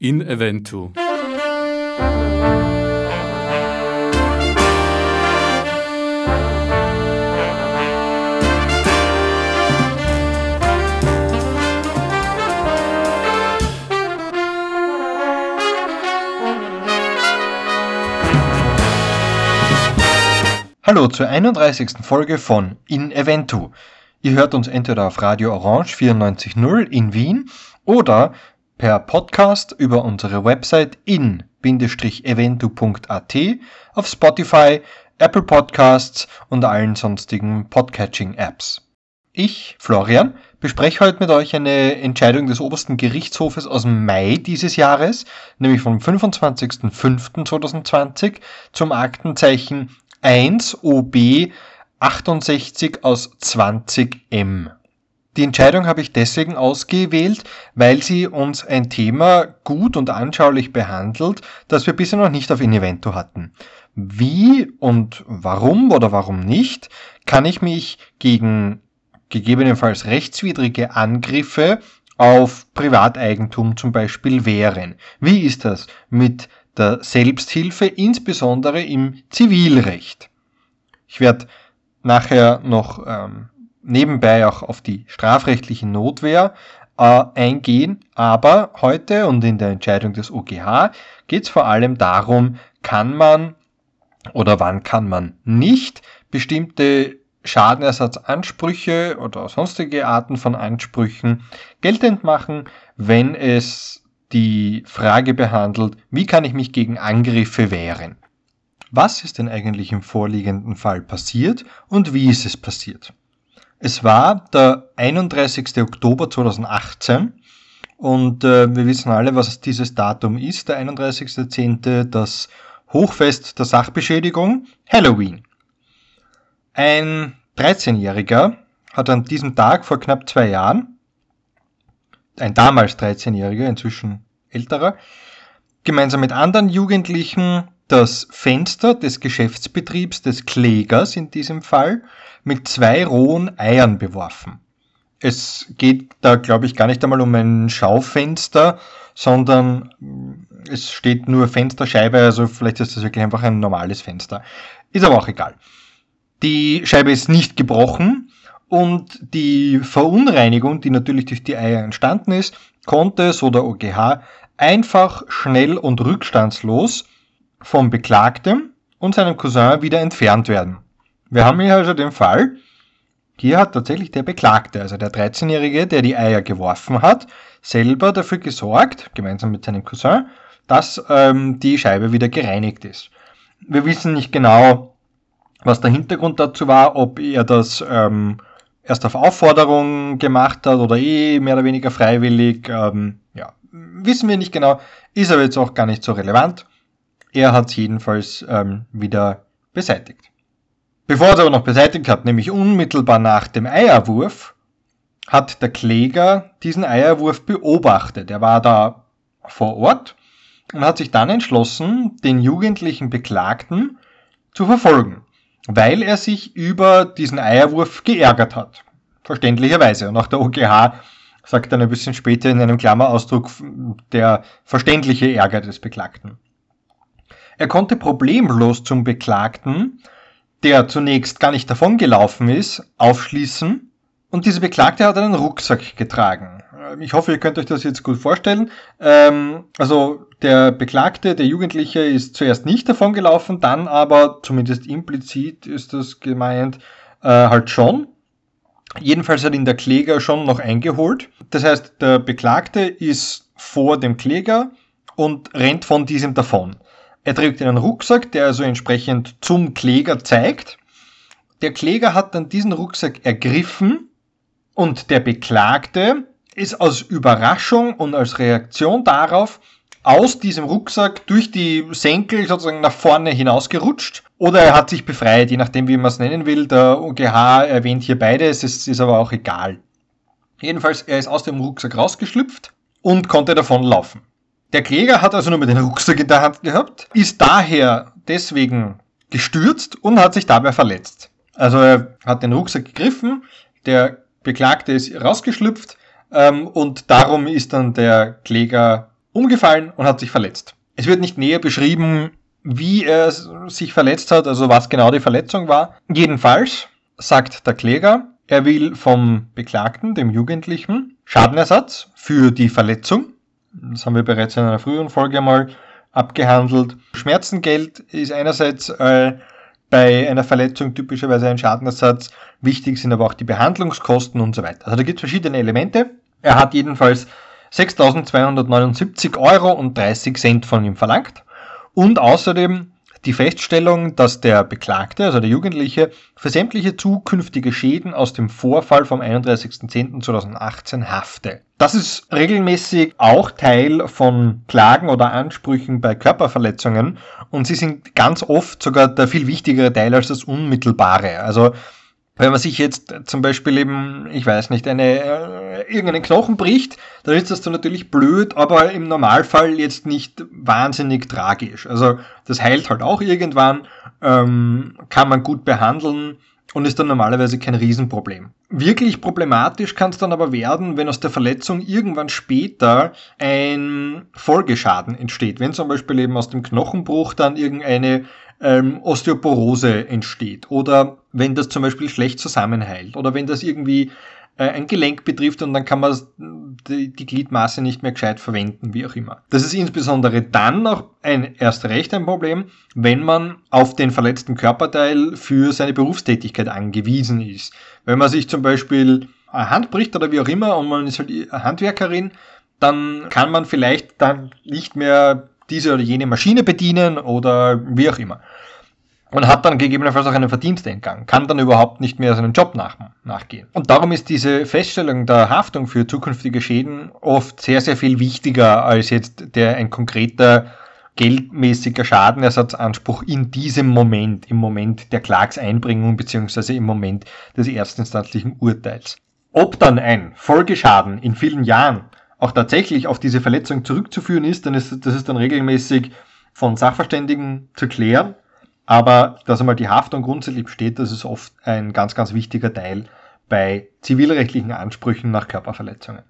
In Eventu. Hallo zur 31. Folge von In Eventu. Ihr hört uns entweder auf Radio Orange 94.0 in Wien oder per Podcast über unsere Website in-eventu.at, auf Spotify, Apple Podcasts und allen sonstigen Podcatching-Apps. Ich, Florian, bespreche heute mit euch eine Entscheidung des obersten Gerichtshofes aus dem Mai dieses Jahres, nämlich vom 25.05.2020 zum Aktenzeichen 1 OB 68 aus 20M. Die Entscheidung habe ich deswegen ausgewählt, weil sie uns ein Thema gut und anschaulich behandelt, das wir bisher noch nicht auf In Eventu hatten. Wie und warum oder warum nicht, kann ich mich gegen gegebenenfalls rechtswidrige Angriffe auf Privateigentum zum Beispiel wehren? Wie ist das mit der Selbsthilfe, insbesondere im Zivilrecht? Ich werde nachher noch nebenbei auch auf die strafrechtliche Notwehr eingehen, aber heute und in der Entscheidung des OGH geht es vor allem darum, kann man oder wann kann man nicht bestimmte Schadenersatzansprüche oder sonstige Arten von Ansprüchen geltend machen, wenn es die Frage behandelt, wie kann ich mich gegen Angriffe wehren? Was ist denn eigentlich im vorliegenden Fall passiert und wie ist es passiert? Es war der 31. Oktober 2018 und wir wissen alle, was dieses Datum ist, der 31.10., das Hochfest der Sachbeschädigung, Halloween. Ein 13-Jähriger hat an diesem Tag vor knapp 2 Jahren, ein damals 13-Jähriger, inzwischen älterer, gemeinsam mit anderen Jugendlichen das Fenster des Geschäftsbetriebs des Klägers in diesem Fall mit 2 rohen Eiern beworfen. Es geht da, glaube ich, gar nicht einmal um ein Schaufenster, sondern es steht nur Fensterscheibe, also vielleicht ist das wirklich einfach ein normales Fenster. Ist aber auch egal. Die Scheibe ist nicht gebrochen und die Verunreinigung, die natürlich durch die Eier entstanden ist, konnte, so der OGH, einfach, schnell und rückstandslos vom Beklagten und seinem Cousin wieder entfernt werden. Wir haben hier also den Fall, hier hat tatsächlich der Beklagte, also der 13-Jährige, der die Eier geworfen hat, selber dafür gesorgt, gemeinsam mit seinem Cousin, dass die Scheibe wieder gereinigt ist. Wir wissen nicht genau, was der Hintergrund dazu war, ob er das erst auf Aufforderung gemacht hat oder mehr oder weniger freiwillig, wissen wir nicht genau, ist aber jetzt auch gar nicht so relevant. Er hat es jedenfalls wieder beseitigt. Bevor er es aber noch beseitigt hat, nämlich unmittelbar nach dem Eierwurf, hat der Kläger diesen Eierwurf beobachtet. Er war da vor Ort und hat sich dann entschlossen, den jugendlichen Beklagten zu verfolgen, weil er sich über diesen Eierwurf geärgert hat. Verständlicherweise. Und auch der OGH sagt dann ein bisschen später in einem Klammerausdruck der verständliche Ärger des Beklagten. Er konnte problemlos zum Beklagten, der zunächst gar nicht davongelaufen ist, aufschließen und dieser Beklagte hat einen Rucksack getragen. Ich hoffe, ihr könnt euch das jetzt gut vorstellen. Also der Beklagte, der Jugendliche, ist zuerst nicht davongelaufen, dann aber, zumindest implizit ist das gemeint, halt schon. Jedenfalls hat ihn der Kläger schon noch eingeholt. Das heißt, der Beklagte ist vor dem Kläger und rennt von diesem davon. Er trägt einen Rucksack, der also entsprechend zum Kläger zeigt. Der Kläger hat dann diesen Rucksack ergriffen und der Beklagte ist aus Überraschung und als Reaktion darauf aus diesem Rucksack durch die Senkel sozusagen nach vorne hinausgerutscht oder er hat sich befreit, je nachdem wie man es nennen will. Der OGH erwähnt hier beides, es ist aber auch egal. Jedenfalls, er ist aus dem Rucksack rausgeschlüpft und konnte davonlaufen. Der Kläger hat also nur mit dem Rucksack in der Hand gehabt, ist daher deswegen gestürzt und hat sich dabei verletzt. Also er hat den Rucksack gegriffen, der Beklagte ist rausgeschlüpft und darum ist dann der Kläger umgefallen und hat sich verletzt. Es wird nicht näher beschrieben, wie er sich verletzt hat, also was genau die Verletzung war. Jedenfalls sagt der Kläger, er will vom Beklagten, dem Jugendlichen, Schadenersatz für die Verletzung. Das haben wir bereits in einer früheren Folge einmal abgehandelt. Schmerzengeld ist einerseits bei einer Verletzung typischerweise ein Schadenersatz. Wichtig sind aber auch die Behandlungskosten und so weiter. Also da gibt es verschiedene Elemente. Er hat jedenfalls 6.279,30 € von ihm verlangt. Und außerdem die Feststellung, dass der Beklagte, also der Jugendliche, für sämtliche zukünftige Schäden aus dem Vorfall vom 31.10.2018 hafte. Das ist regelmäßig auch Teil von Klagen oder Ansprüchen bei Körperverletzungen und sie sind ganz oft sogar der viel wichtigere Teil als das Unmittelbare. Also wenn man sich jetzt zum Beispiel eben, ich weiß nicht, irgendeinen Knochen bricht, dann ist das dann natürlich blöd, aber im Normalfall jetzt nicht wahnsinnig tragisch. Also das heilt halt auch irgendwann, kann man gut behandeln und ist dann normalerweise kein Riesenproblem. Wirklich problematisch kann es dann aber werden, wenn aus der Verletzung irgendwann später ein Folgeschaden entsteht. Wenn zum Beispiel eben aus dem Knochenbruch dann irgendeine Osteoporose entsteht oder wenn das zum Beispiel schlecht zusammenheilt oder wenn das irgendwie ein Gelenk betrifft und dann kann man die Gliedmaße nicht mehr gescheit verwenden, wie auch immer. Das ist insbesondere dann auch erst recht ein Problem, wenn man auf den verletzten Körperteil für seine Berufstätigkeit angewiesen ist. Wenn man sich zum Beispiel eine Hand bricht oder wie auch immer und man ist halt Handwerkerin, dann kann man vielleicht dann nicht mehr diese oder jene Maschine bedienen oder wie auch immer. Und hat dann gegebenenfalls auch einen Verdiensteingang, kann dann überhaupt nicht mehr seinen Job nachgehen. Und darum ist diese Feststellung der Haftung für zukünftige Schäden oft sehr, sehr viel wichtiger als jetzt ein konkreter geldmäßiger Schadenersatzanspruch in diesem Moment, im Moment der Klagseinbringung bzw. im Moment des erstinstanzlichen Urteils. Ob dann ein Folgeschaden in vielen Jahren auch tatsächlich auf diese Verletzung zurückzuführen ist, das ist dann regelmäßig von Sachverständigen zu klären. Aber dass einmal die Haftung grundsätzlich besteht, das ist oft ein ganz, ganz wichtiger Teil bei zivilrechtlichen Ansprüchen nach Körperverletzungen.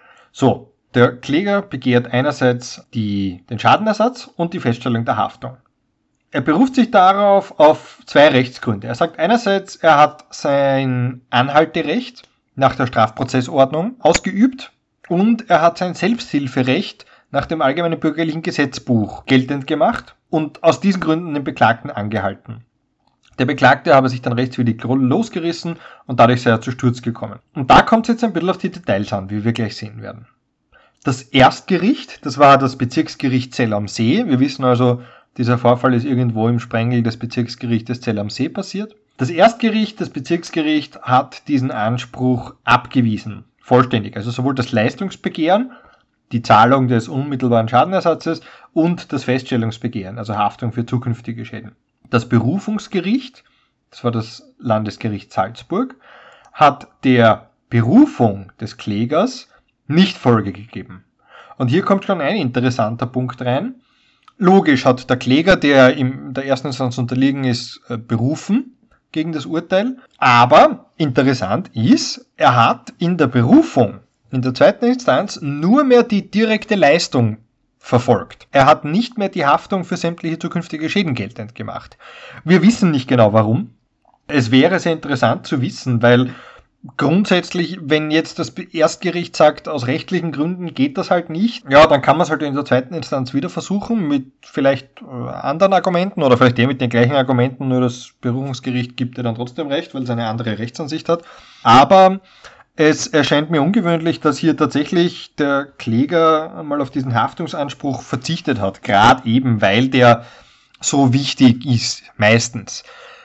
So, der Kläger begehrt einerseits den Schadenersatz und die Feststellung der Haftung. Er beruft sich darauf auf zwei Rechtsgründe. Er sagt einerseits, er hat sein Anhalterecht nach der Strafprozessordnung ausgeübt und er hat sein Selbsthilferecht nach dem Allgemeinen Bürgerlichen Gesetzbuch geltend gemacht und aus diesen Gründen den Beklagten angehalten. Der Beklagte habe sich dann rechtswidrig losgerissen und dadurch sei er zu Sturz gekommen. Und da kommt es jetzt ein bisschen auf die Details an, wie wir gleich sehen werden. Das Erstgericht, das war das Bezirksgericht Zell am See. Wir wissen also, dieser Vorfall ist irgendwo im Sprengel des Bezirksgerichtes Zell am See passiert. Das Erstgericht, das Bezirksgericht, hat diesen Anspruch abgewiesen. Vollständig. Also sowohl das Leistungsbegehren, die Zahlung des unmittelbaren Schadenersatzes und das Feststellungsbegehren, also Haftung für zukünftige Schäden. Das Berufungsgericht, das war das Landesgericht Salzburg, hat der Berufung des Klägers nicht Folge gegeben. Und hier kommt schon ein interessanter Punkt rein. Logisch hat der Kläger, der in der ersten Instanz unterliegen ist, berufen gegen das Urteil. Aber interessant ist, er hat in der Berufung in der zweiten Instanz nur mehr die direkte Leistung verfolgt. Er hat nicht mehr die Haftung für sämtliche zukünftige Schäden geltend gemacht. Wir wissen nicht genau warum. Es wäre sehr interessant zu wissen, weil grundsätzlich, wenn jetzt das Erstgericht sagt, aus rechtlichen Gründen geht das halt nicht, ja, dann kann man es halt in der zweiten Instanz wieder versuchen, mit vielleicht anderen Argumenten oder vielleicht mit den gleichen Argumenten, nur das Berufungsgericht gibt dir dann trotzdem recht, weil es eine andere Rechtsansicht hat. Aber es erscheint mir ungewöhnlich, dass hier tatsächlich der Kläger mal auf diesen Haftungsanspruch verzichtet hat, gerade eben, weil der so wichtig ist, meistens.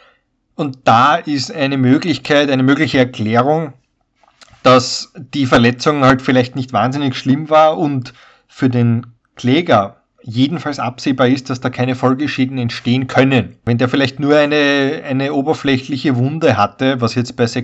Und da ist eine mögliche Erklärung, dass die Verletzung halt vielleicht nicht wahnsinnig schlimm war und für den Kläger jedenfalls absehbar ist, dass da keine Folgeschäden entstehen können. Wenn der vielleicht nur eine oberflächliche Wunde hatte, was jetzt bei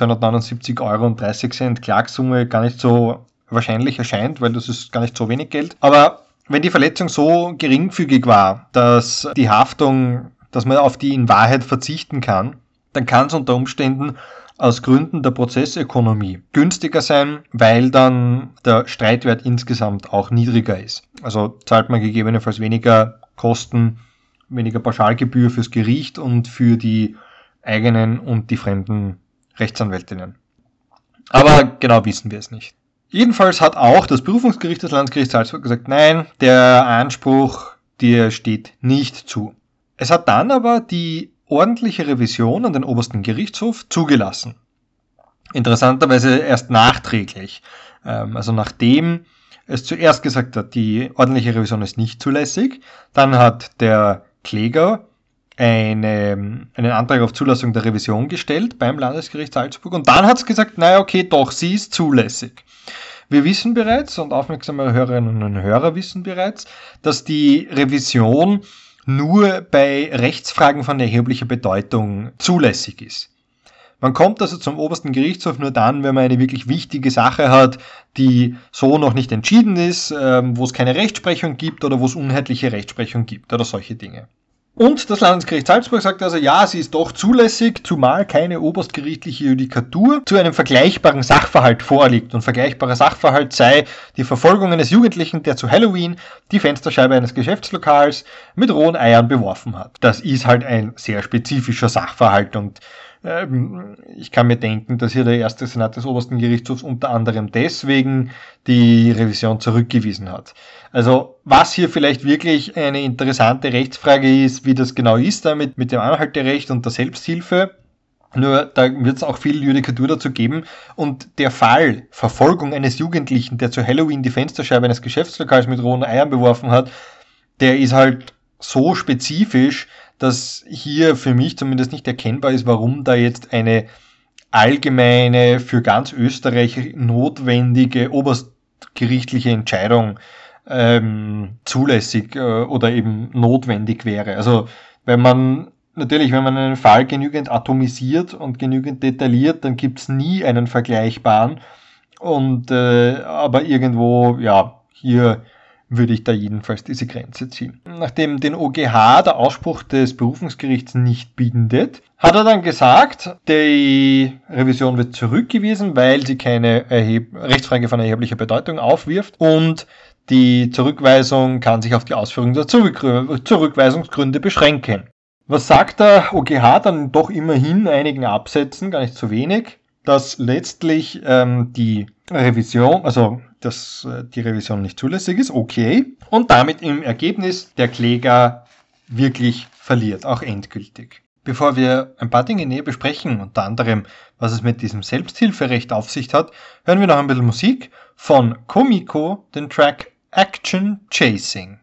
6.279,30 € Klagsumme gar nicht so wahrscheinlich erscheint, weil das ist gar nicht so wenig Geld. Aber wenn die Verletzung so geringfügig war, dass die Haftung, dass man auf die in Wahrheit verzichten kann, dann kann es unter Umständen aus Gründen der Prozessökonomie günstiger sein, weil dann der Streitwert insgesamt auch niedriger ist. Also zahlt man gegebenenfalls weniger Kosten, weniger Pauschalgebühr fürs Gericht und für die eigenen und die fremden Rechtsanwältinnen. Aber genau wissen wir es nicht. Jedenfalls hat auch das Berufungsgericht des Landesgerichts Salzburg gesagt, nein, der Anspruch, dir steht nicht zu. Es hat dann aber die ordentliche Revision an den obersten Gerichtshof zugelassen. Interessanterweise erst nachträglich. Also nachdem es zuerst gesagt hat, die ordentliche Revision ist nicht zulässig, dann hat der Kläger einen Antrag auf Zulassung der Revision gestellt beim Landesgericht Salzburg und dann hat es gesagt, naja, okay, doch, sie ist zulässig. Wir wissen bereits, und aufmerksame Hörerinnen und Hörer wissen bereits, dass die Revision nur bei Rechtsfragen von erheblicher Bedeutung zulässig ist. Man kommt also zum obersten Gerichtshof nur dann, wenn man eine wirklich wichtige Sache hat, die so noch nicht entschieden ist, wo es keine Rechtsprechung gibt oder wo es uneinheitliche Rechtsprechung gibt oder solche Dinge. Und das Landesgericht Salzburg sagt also, ja, sie ist doch zulässig, zumal keine oberstgerichtliche Judikatur zu einem vergleichbaren Sachverhalt vorliegt. Und vergleichbarer Sachverhalt sei die Verfolgung eines Jugendlichen, der zu Halloween die Fensterscheibe eines Geschäftslokals mit rohen Eiern beworfen hat. Das ist halt ein sehr spezifischer Sachverhalt und ich kann mir denken, dass hier der erste Senat des obersten Gerichtshofs unter anderem deswegen die Revision zurückgewiesen hat. Also was hier vielleicht wirklich eine interessante Rechtsfrage ist, wie das genau ist damit mit dem Anhalterecht und der Selbsthilfe, nur da wird es auch viel Judikatur dazu geben und der Fall Verfolgung eines Jugendlichen, der zu Halloween die Fensterscheibe eines Geschäftslokals mit rohen Eiern beworfen hat, der ist halt so spezifisch, dass hier für mich zumindest nicht erkennbar ist, warum da jetzt eine allgemeine, für ganz Österreich notwendige oberstgerichtliche Entscheidung zulässig oder eben notwendig wäre. Also wenn man einen Fall genügend atomisiert und genügend detailliert, dann gibt's nie einen vergleichbaren und aber irgendwo, ja, hier würde ich da jedenfalls diese Grenze ziehen. Nachdem den OGH der Ausspruch des Berufungsgerichts nicht bindet, hat er dann gesagt, die Revision wird zurückgewiesen, weil sie keine Rechtsfrage von erheblicher Bedeutung aufwirft und die Zurückweisung kann sich auf die Ausführung der Zurückweisungsgründe beschränken. Was sagt der OGH dann doch immerhin einigen Absätzen, gar nicht so wenig, dass letztlich die Revision, dass die Revision nicht zulässig ist, okay, und damit im Ergebnis der Kläger wirklich verliert, auch endgültig. Bevor wir ein paar Dinge näher besprechen, unter anderem, was es mit diesem Selbsthilferecht auf sich hat, hören wir noch ein bisschen Musik von Komiko, den Track Action Chasing.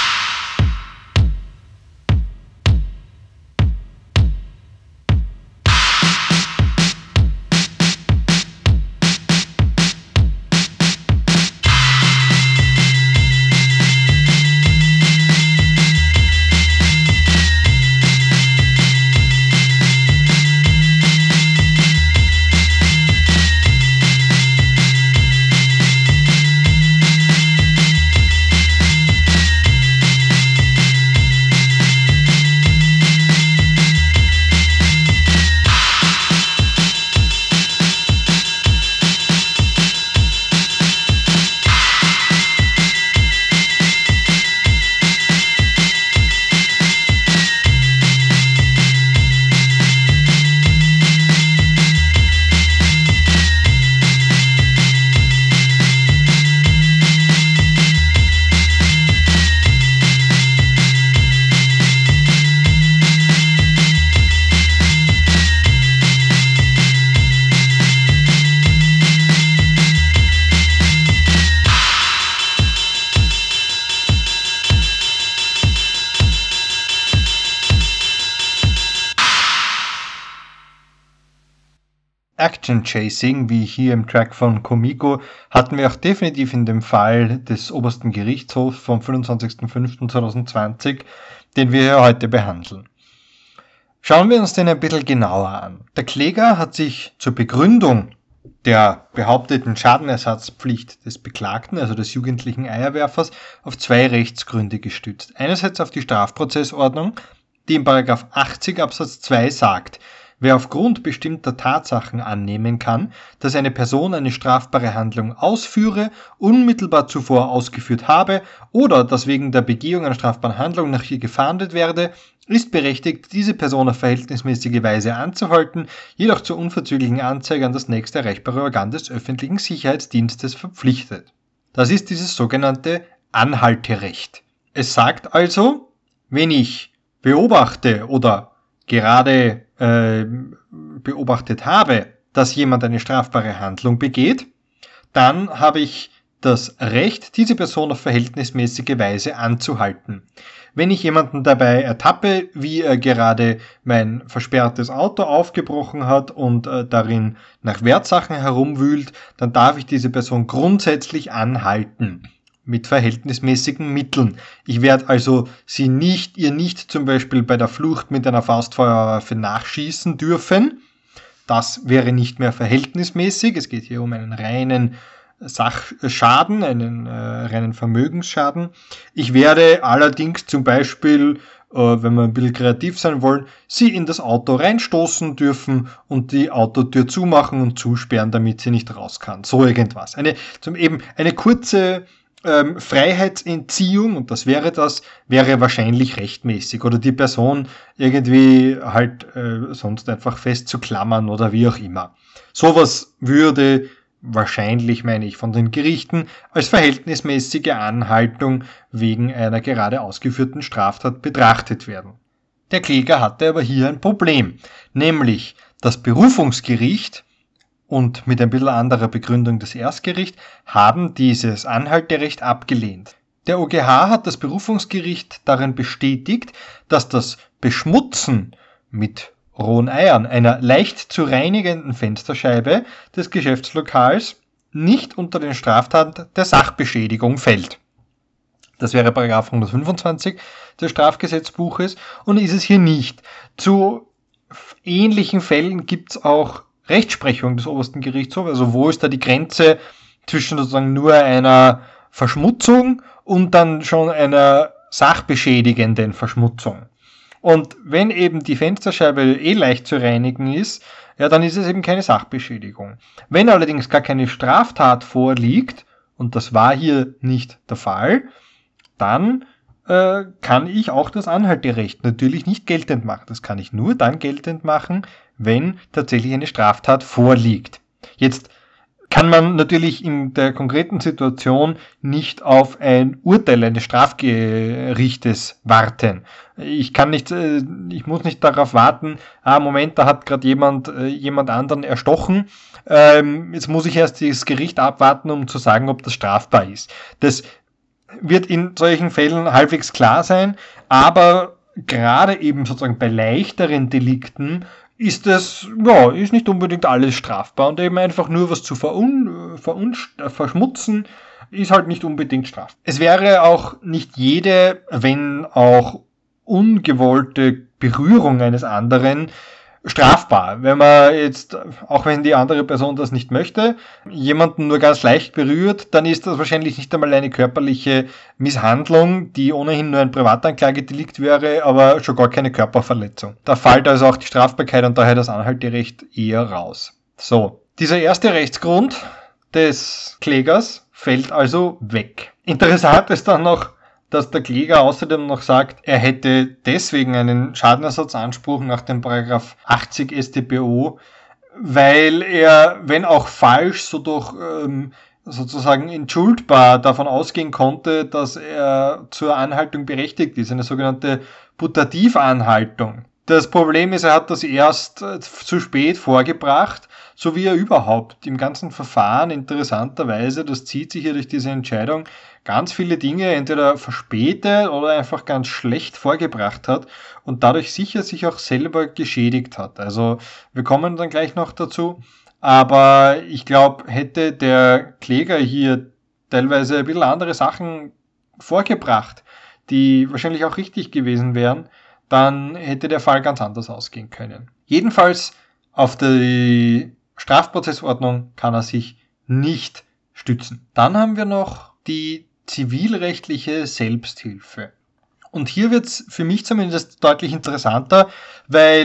Action Chasing, wie hier im Track von Komiko, hatten wir auch definitiv in dem Fall des obersten Gerichtshofs vom 25.05.2020, den wir hier heute behandeln. Schauen wir uns den ein bisschen genauer an. Der Kläger hat sich zur Begründung der behaupteten Schadenersatzpflicht des Beklagten, also des jugendlichen Eierwerfers, auf zwei Rechtsgründe gestützt. Einerseits auf die Strafprozessordnung, die in § 80 Absatz 2 sagt, Wer aufgrund bestimmter Tatsachen annehmen kann, dass eine Person eine strafbare Handlung ausführe, unmittelbar zuvor ausgeführt habe oder dass wegen der Begehung einer strafbaren Handlung nach ihr gefahndet werde, ist berechtigt, diese Person auf verhältnismäßige Weise anzuhalten, jedoch zur unverzüglichen Anzeige an das nächste erreichbare Organ des öffentlichen Sicherheitsdienstes verpflichtet. Das ist dieses sogenannte Anhalterecht. Es sagt also, wenn ich beobachte oder gerade beobachtet habe, dass jemand eine strafbare Handlung begeht, dann habe ich das Recht, diese Person auf verhältnismäßige Weise anzuhalten. Wenn ich jemanden dabei ertappe, wie er gerade mein versperrtes Auto aufgebrochen hat und darin nach Wertsachen herumwühlt, dann darf ich diese Person grundsätzlich anhalten. Mit verhältnismäßigen Mitteln. Ich werde also ihr nicht zum Beispiel bei der Flucht mit einer Faustfeuerwaffe nachschießen dürfen. Das wäre nicht mehr verhältnismäßig. Es geht hier um einen reinen Sachschaden, einen reinen Vermögensschaden. Ich werde allerdings zum Beispiel, wenn wir ein bisschen kreativ sein wollen, sie in das Auto reinstoßen dürfen und die Autotür zumachen und zusperren, damit sie nicht raus kann. So irgendwas. Eine kurze Freiheitsentziehung, und das wäre wahrscheinlich rechtmäßig, oder die Person irgendwie halt sonst einfach festzuklammern oder wie auch immer. Sowas würde wahrscheinlich, meine ich, von den Gerichten als verhältnismäßige Anhaltung wegen einer gerade ausgeführten Straftat betrachtet werden. Der Kläger hatte aber hier ein Problem, nämlich das Berufungsgericht und mit ein bisschen anderer Begründung das Erstgericht haben dieses Anhalterecht abgelehnt. Der OGH hat das Berufungsgericht darin bestätigt, dass das Beschmutzen mit rohen Eiern einer leicht zu reinigenden Fensterscheibe des Geschäftslokals nicht unter den Straftat der Sachbeschädigung fällt. Das wäre § 125 des Strafgesetzbuches und ist es hier nicht. Zu ähnlichen Fällen gibt es auch Rechtsprechung des obersten Gerichtshofs, also wo ist da die Grenze zwischen sozusagen nur einer Verschmutzung und dann schon einer sachbeschädigenden Verschmutzung. Und wenn eben die Fensterscheibe leicht zu reinigen ist, ja, dann ist es eben keine Sachbeschädigung. Wenn allerdings gar keine Straftat vorliegt, und das war hier nicht der Fall, dann kann ich auch das Anhalterecht natürlich nicht geltend machen. Das kann ich nur dann geltend machen, wenn tatsächlich eine Straftat vorliegt. Jetzt kann man natürlich in der konkreten Situation nicht auf ein Urteil eines Strafgerichtes warten. Ich muss nicht darauf warten, Moment, da hat gerade jemand anderen erstochen. Jetzt muss ich erst das Gericht abwarten, um zu sagen, ob das strafbar ist. Das wird in solchen Fällen halbwegs klar sein, aber gerade eben sozusagen bei leichteren Delikten ist nicht unbedingt alles strafbar und eben einfach nur was zu verschmutzen ist halt nicht unbedingt strafbar. Es wäre auch nicht jede, wenn auch ungewollte Berührung eines anderen strafbar. Wenn man jetzt, auch wenn die andere Person das nicht möchte, jemanden nur ganz leicht berührt, dann ist das wahrscheinlich nicht einmal eine körperliche Misshandlung, die ohnehin nur ein Privatanklagedelikt wäre, aber schon gar keine Körperverletzung. Da fällt also auch die Strafbarkeit und daher das Anhalterecht eher raus. So, dieser erste Rechtsgrund des Klägers fällt also weg. Interessant ist dann noch, dass der Kläger außerdem noch sagt, er hätte deswegen einen Schadenersatzanspruch nach dem § 80 StPO, weil er, wenn auch falsch, so doch sozusagen entschuldbar davon ausgehen konnte, dass er zur Anhaltung berechtigt ist, eine sogenannte Putativanhaltung. Das Problem ist, er hat das erst zu spät vorgebracht, so wie er überhaupt im ganzen Verfahren interessanterweise, das zieht sich hier durch diese Entscheidung, ganz viele Dinge entweder verspätet oder einfach ganz schlecht vorgebracht hat und dadurch sicher sich auch selber geschädigt hat. Also wir kommen dann gleich noch dazu, aber ich glaube, hätte der Kläger hier teilweise ein bisschen andere Sachen vorgebracht, die wahrscheinlich auch richtig gewesen wären, dann hätte der Fall ganz anders ausgehen können. Jedenfalls auf die Strafprozessordnung kann er sich nicht stützen. Dann haben wir noch die zivilrechtliche Selbsthilfe. Und hier wird es für mich zumindest deutlich interessanter, weil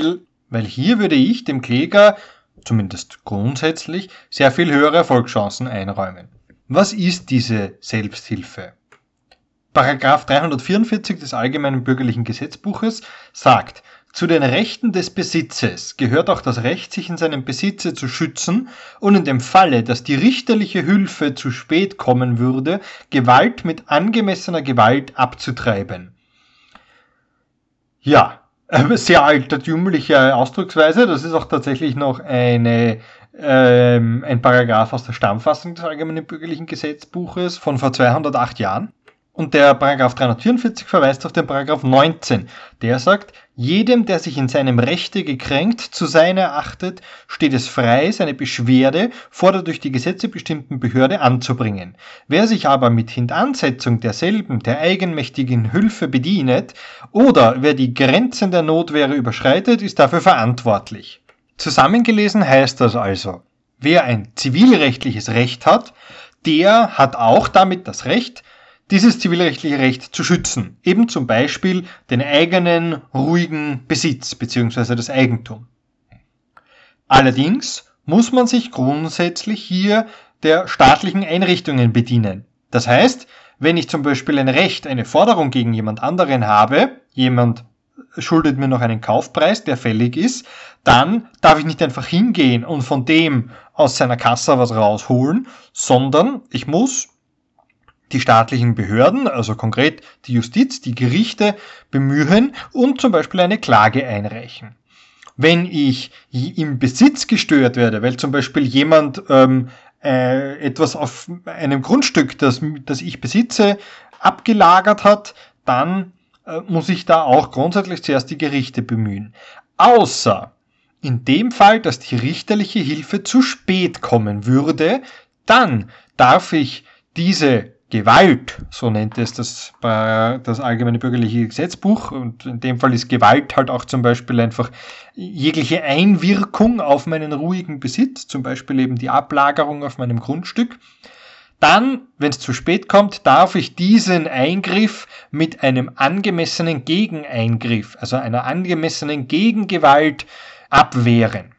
weil hier würde ich dem Kläger, zumindest grundsätzlich, sehr viel höhere Erfolgschancen einräumen. Was ist diese Selbsthilfe? Paragraph 344 des Allgemeinen Bürgerlichen Gesetzbuches sagt, zu den Rechten des Besitzes gehört auch das Recht, sich in seinem Besitze zu schützen und in dem Falle, dass die richterliche Hilfe zu spät kommen würde, Gewalt mit angemessener Gewalt abzutreiben. Ja, sehr altertümliche Ausdrucksweise. Das ist auch tatsächlich noch ein Paragraph aus der Stammfassung des Allgemeinen Bürgerlichen Gesetzbuches von vor 208 Jahren. Und der Paragraph 344 verweist auf den Paragraph 19. Der sagt, jedem, der sich in seinem Rechte gekränkt zu sein erachtet, steht es frei, seine Beschwerde vor der durch die Gesetze bestimmten Behörde anzubringen. Wer sich aber mit Hintansetzung derselben der eigenmächtigen Hilfe bedient oder wer die Grenzen der Notwehre überschreitet, ist dafür verantwortlich. Zusammengelesen heißt das also, wer ein zivilrechtliches Recht hat, der hat auch damit das Recht, dieses zivilrechtliche Recht zu schützen, eben zum Beispiel den eigenen ruhigen Besitz bzw. das Eigentum. Allerdings muss man sich grundsätzlich hier der staatlichen Einrichtungen bedienen. Das heißt, wenn ich zum Beispiel ein Recht, eine Forderung gegen jemand anderen habe, jemand schuldet mir noch einen Kaufpreis, der fällig ist, dann darf ich nicht einfach hingehen und von dem aus seiner Kasse was rausholen, sondern ich muss die staatlichen Behörden, also konkret die Justiz, die Gerichte bemühen und zum Beispiel eine Klage einreichen. Wenn ich im Besitz gestört werde, weil zum Beispiel jemand etwas auf einem Grundstück, das ich besitze, abgelagert hat, dann muss ich da auch grundsätzlich zuerst die Gerichte bemühen. Außer in dem Fall, dass die richterliche Hilfe zu spät kommen würde, dann darf ich diese Gewalt, so nennt es das Allgemeine Bürgerliche Gesetzbuch, und in dem Fall ist Gewalt halt auch zum Beispiel einfach jegliche Einwirkung auf meinen ruhigen Besitz, zum Beispiel eben die Ablagerung auf meinem Grundstück. Dann, wenn es zu spät kommt, darf ich diesen Eingriff mit einem angemessenen Gegeneingriff, also einer angemessenen Gegengewalt abwehren.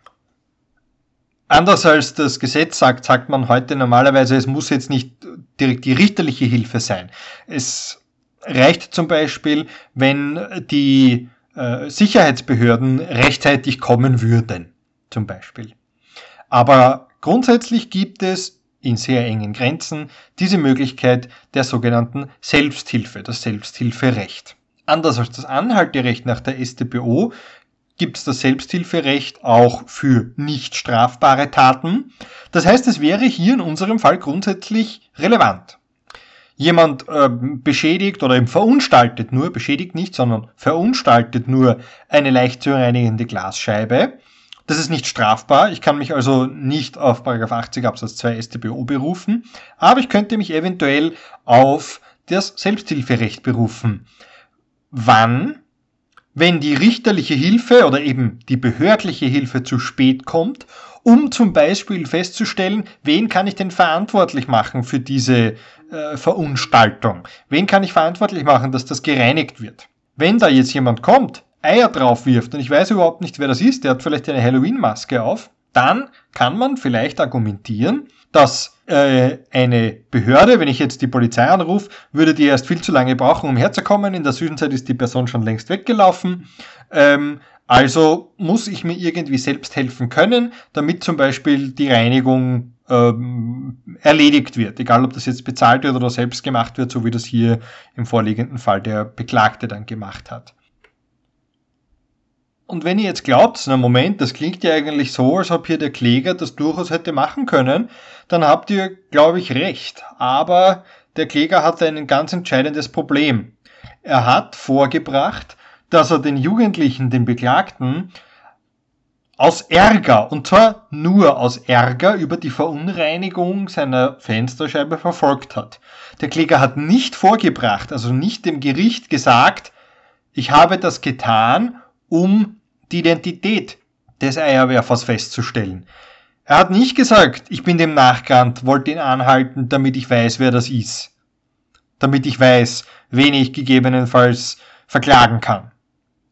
Anders als das Gesetz sagt man heute normalerweise, es muss jetzt nicht direkt die richterliche Hilfe sein. Es reicht zum Beispiel, wenn die Sicherheitsbehörden rechtzeitig kommen würden, zum Beispiel. Aber grundsätzlich gibt es in sehr engen Grenzen diese Möglichkeit der sogenannten Selbsthilfe, das Selbsthilferecht. Anders als das Anhalterecht nach der StPO gibt es das Selbsthilferecht auch für nicht strafbare Taten. Das heißt, es wäre hier in unserem Fall grundsätzlich relevant. Jemand beschädigt oder eben verunstaltet nur, beschädigt nicht, sondern verunstaltet nur eine leicht zu reinigende Glasscheibe. Das ist nicht strafbar. Ich kann mich also nicht auf § 80 Absatz 2 StPO berufen, aber ich könnte mich eventuell auf das Selbsthilferecht berufen. Wann? Wenn die richterliche Hilfe oder eben die behördliche Hilfe zu spät kommt, um zum Beispiel festzustellen, wen kann ich denn verantwortlich machen für diese Verunstaltung? Wen kann ich verantwortlich machen, dass das gereinigt wird? Wenn da jetzt jemand kommt, Eier drauf wirft und ich weiß überhaupt nicht, wer das ist, der hat vielleicht eine Halloween-Maske auf, dann kann man vielleicht argumentieren, dass eine Behörde, wenn ich jetzt die Polizei anrufe, würde die erst viel zu lange brauchen, um herzukommen. In der Zwischenzeit ist die Person schon längst weggelaufen. Also muss ich mir irgendwie selbst helfen können, damit zum Beispiel die Reinigung erledigt wird. Egal, ob das jetzt bezahlt wird oder selbst gemacht wird, so wie das hier im vorliegenden Fall der Beklagte dann gemacht hat. Und wenn ihr jetzt glaubt, na Moment, das klingt ja eigentlich so, als ob hier der Kläger das durchaus hätte machen können, dann habt ihr, glaube ich, recht. Aber der Kläger hatte ein ganz entscheidendes Problem. Er hat vorgebracht, dass er den Jugendlichen, den Beklagten, aus Ärger, und zwar nur aus Ärger über die Verunreinigung seiner Fensterscheibe verfolgt hat. Der Kläger hat nicht vorgebracht, also nicht dem Gericht gesagt, ich habe das getan, um die Identität des Eierwerfers festzustellen. Er hat nicht gesagt, ich bin dem nachgerannt, wollte ihn anhalten, damit ich weiß, wer das ist. Damit ich weiß, wen ich gegebenenfalls verklagen kann.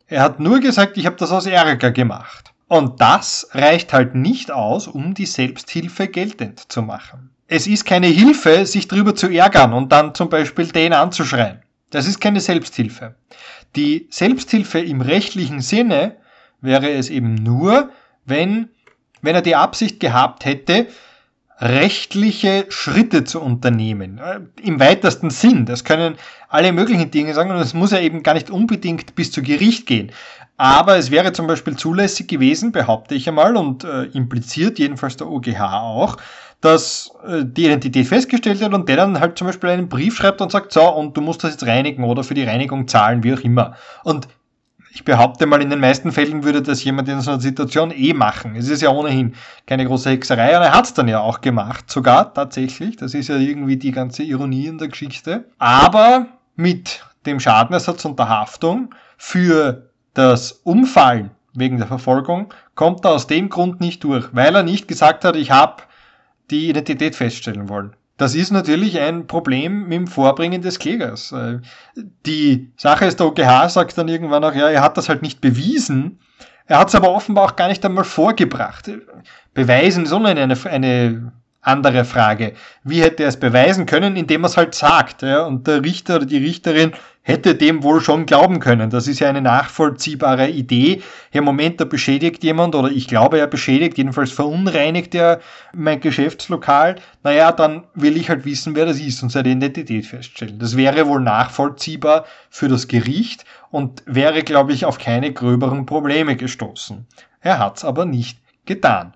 Er hat nur gesagt, ich habe das aus Ärger gemacht. Und das reicht halt nicht aus, um die Selbsthilfe geltend zu machen. Es ist keine Hilfe, sich drüber zu ärgern und dann zum Beispiel den anzuschreien. Das ist keine Selbsthilfe. Die Selbsthilfe im rechtlichen Sinne wäre es eben nur, wenn er die Absicht gehabt hätte, rechtliche Schritte zu unternehmen. Im weitesten Sinn. Das können alle möglichen Dinge sagen und es muss ja eben gar nicht unbedingt bis zu Gericht gehen. Aber es wäre zum Beispiel zulässig gewesen, behaupte ich einmal, und impliziert jedenfalls der OGH auch, dass die Identität festgestellt wird und der dann halt zum Beispiel einen Brief schreibt und sagt, so, und du musst das jetzt reinigen oder für die Reinigung zahlen, wie auch immer. Und ich behaupte mal, in den meisten Fällen würde das jemand in so einer Situation machen. Es ist ja ohnehin keine große Hexerei und er hat es dann ja auch gemacht, sogar tatsächlich. Das ist ja irgendwie die ganze Ironie in der Geschichte. Aber mit dem Schadenersatz und der Haftung für das Umfallen wegen der Verfolgung kommt er aus dem Grund nicht durch, weil er nicht gesagt hat, ich habe die Identität feststellen wollen. Das ist natürlich ein Problem mit dem Vorbringen des Klägers. Die Sache ist, der OGH sagt dann irgendwann auch, ja, er hat das halt nicht bewiesen. Er hat es aber offenbar auch gar nicht einmal vorgebracht. Beweisen ist ohnehin eine andere Frage. Wie hätte er es beweisen können, indem er es halt sagt? Ja? Und der Richter oder die Richterin hätte dem wohl schon glauben können. Das ist ja eine nachvollziehbare Idee. Im Moment, da beschädigt jemand, oder ich glaube, er beschädigt, jedenfalls verunreinigt er mein Geschäftslokal. Naja, dann will ich halt wissen, wer das ist und seine Identität feststellen. Das wäre wohl nachvollziehbar für das Gericht und wäre, glaube ich, auf keine gröberen Probleme gestoßen. Er hat's aber nicht getan.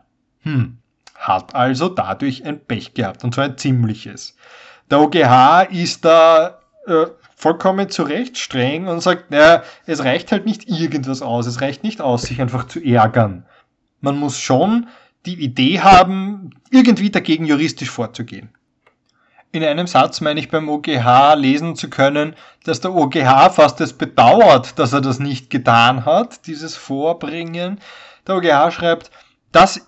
Hat also dadurch ein Pech gehabt, und zwar ein ziemliches. Der OGH ist da vollkommen zu Recht streng und sagt, naja, es reicht halt nicht irgendwas aus, es reicht nicht aus, sich einfach zu ärgern. Man muss schon die Idee haben, irgendwie dagegen juristisch vorzugehen. In einem Satz meine ich beim OGH lesen zu können, dass der OGH fast es bedauert, dass er das nicht getan hat, dieses Vorbringen. Der OGH schreibt, dass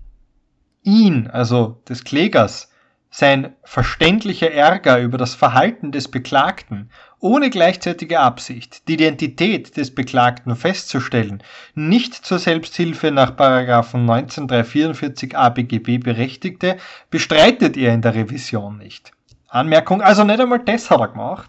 ihn, also des Klägers, sein verständlicher Ärger über das Verhalten des Beklagten ohne gleichzeitige Absicht, die Identität des Beklagten festzustellen, nicht zur Selbsthilfe nach § 19 ABGB berechtigte, bestreitet er in der Revision nicht. Anmerkung, also nicht einmal das hat er gemacht.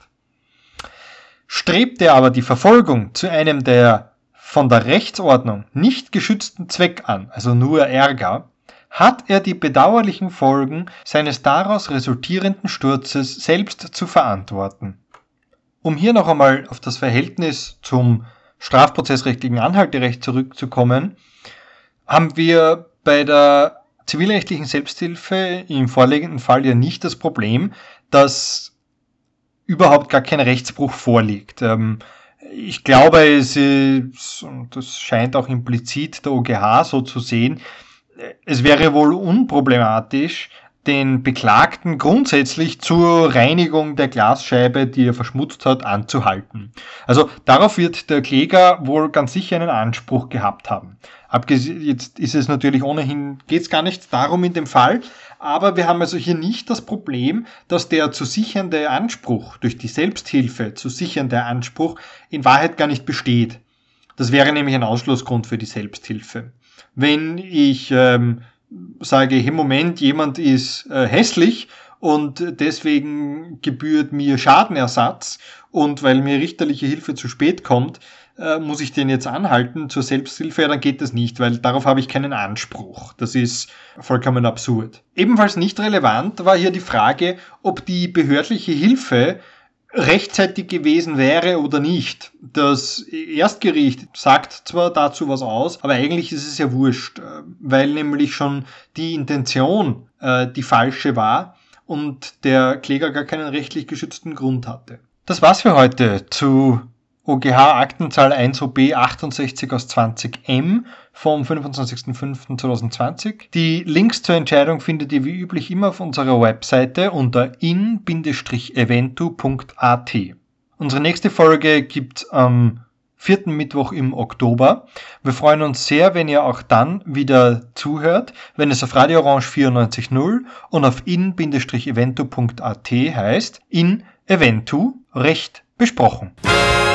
Strebt er aber die Verfolgung zu einem der von der Rechtsordnung nicht geschützten Zweck an, also nur Ärger, hat er die bedauerlichen Folgen seines daraus resultierenden Sturzes selbst zu verantworten. Um hier noch einmal auf das Verhältnis zum strafprozessrechtlichen Anhalterecht zurückzukommen, haben wir bei der zivilrechtlichen Selbsthilfe im vorliegenden Fall ja nicht das Problem, dass überhaupt gar kein Rechtsbruch vorliegt. Ich glaube, es ist, und das scheint auch implizit der OGH so zu sehen, es wäre wohl unproblematisch, den Beklagten grundsätzlich zur Reinigung der Glasscheibe, die er verschmutzt hat, anzuhalten. Also darauf wird der Kläger wohl ganz sicher einen Anspruch gehabt haben. Jetzt ist es natürlich ohnehin, geht es gar nicht darum in dem Fall, aber wir haben also hier nicht das Problem, dass der zu sichernde Anspruch, durch die Selbsthilfe zu sichernde Anspruch in Wahrheit gar nicht besteht. Das wäre nämlich ein Ausschlussgrund für die Selbsthilfe. Wenn ich sage, hey Moment, jemand ist hässlich und deswegen gebührt mir Schadenersatz und weil mir richterliche Hilfe zu spät kommt, muss ich den jetzt anhalten zur Selbsthilfe, ja, dann geht das nicht, weil darauf habe ich keinen Anspruch. Das ist vollkommen absurd. Ebenfalls nicht relevant war hier die Frage, ob die behördliche Hilfe rechtzeitig gewesen wäre oder nicht. Das Erstgericht sagt zwar dazu was aus, aber eigentlich ist es ja wurscht, weil nämlich schon die Intention die falsche war und der Kläger gar keinen rechtlich geschützten Grund hatte. Das war's für heute zu OGH Aktenzahl 1 OB 68 aus 20M vom 25.05.2020. Die Links zur Entscheidung findet ihr wie üblich immer auf unserer Webseite unter in-eventu.at. Unsere nächste Folge gibt's am 4. Mittwoch im Oktober. Wir freuen uns sehr, wenn ihr auch dann wieder zuhört, wenn es auf Radio Orange 94.0 und auf in-eventu.at heißt, in Eventu Recht besprochen.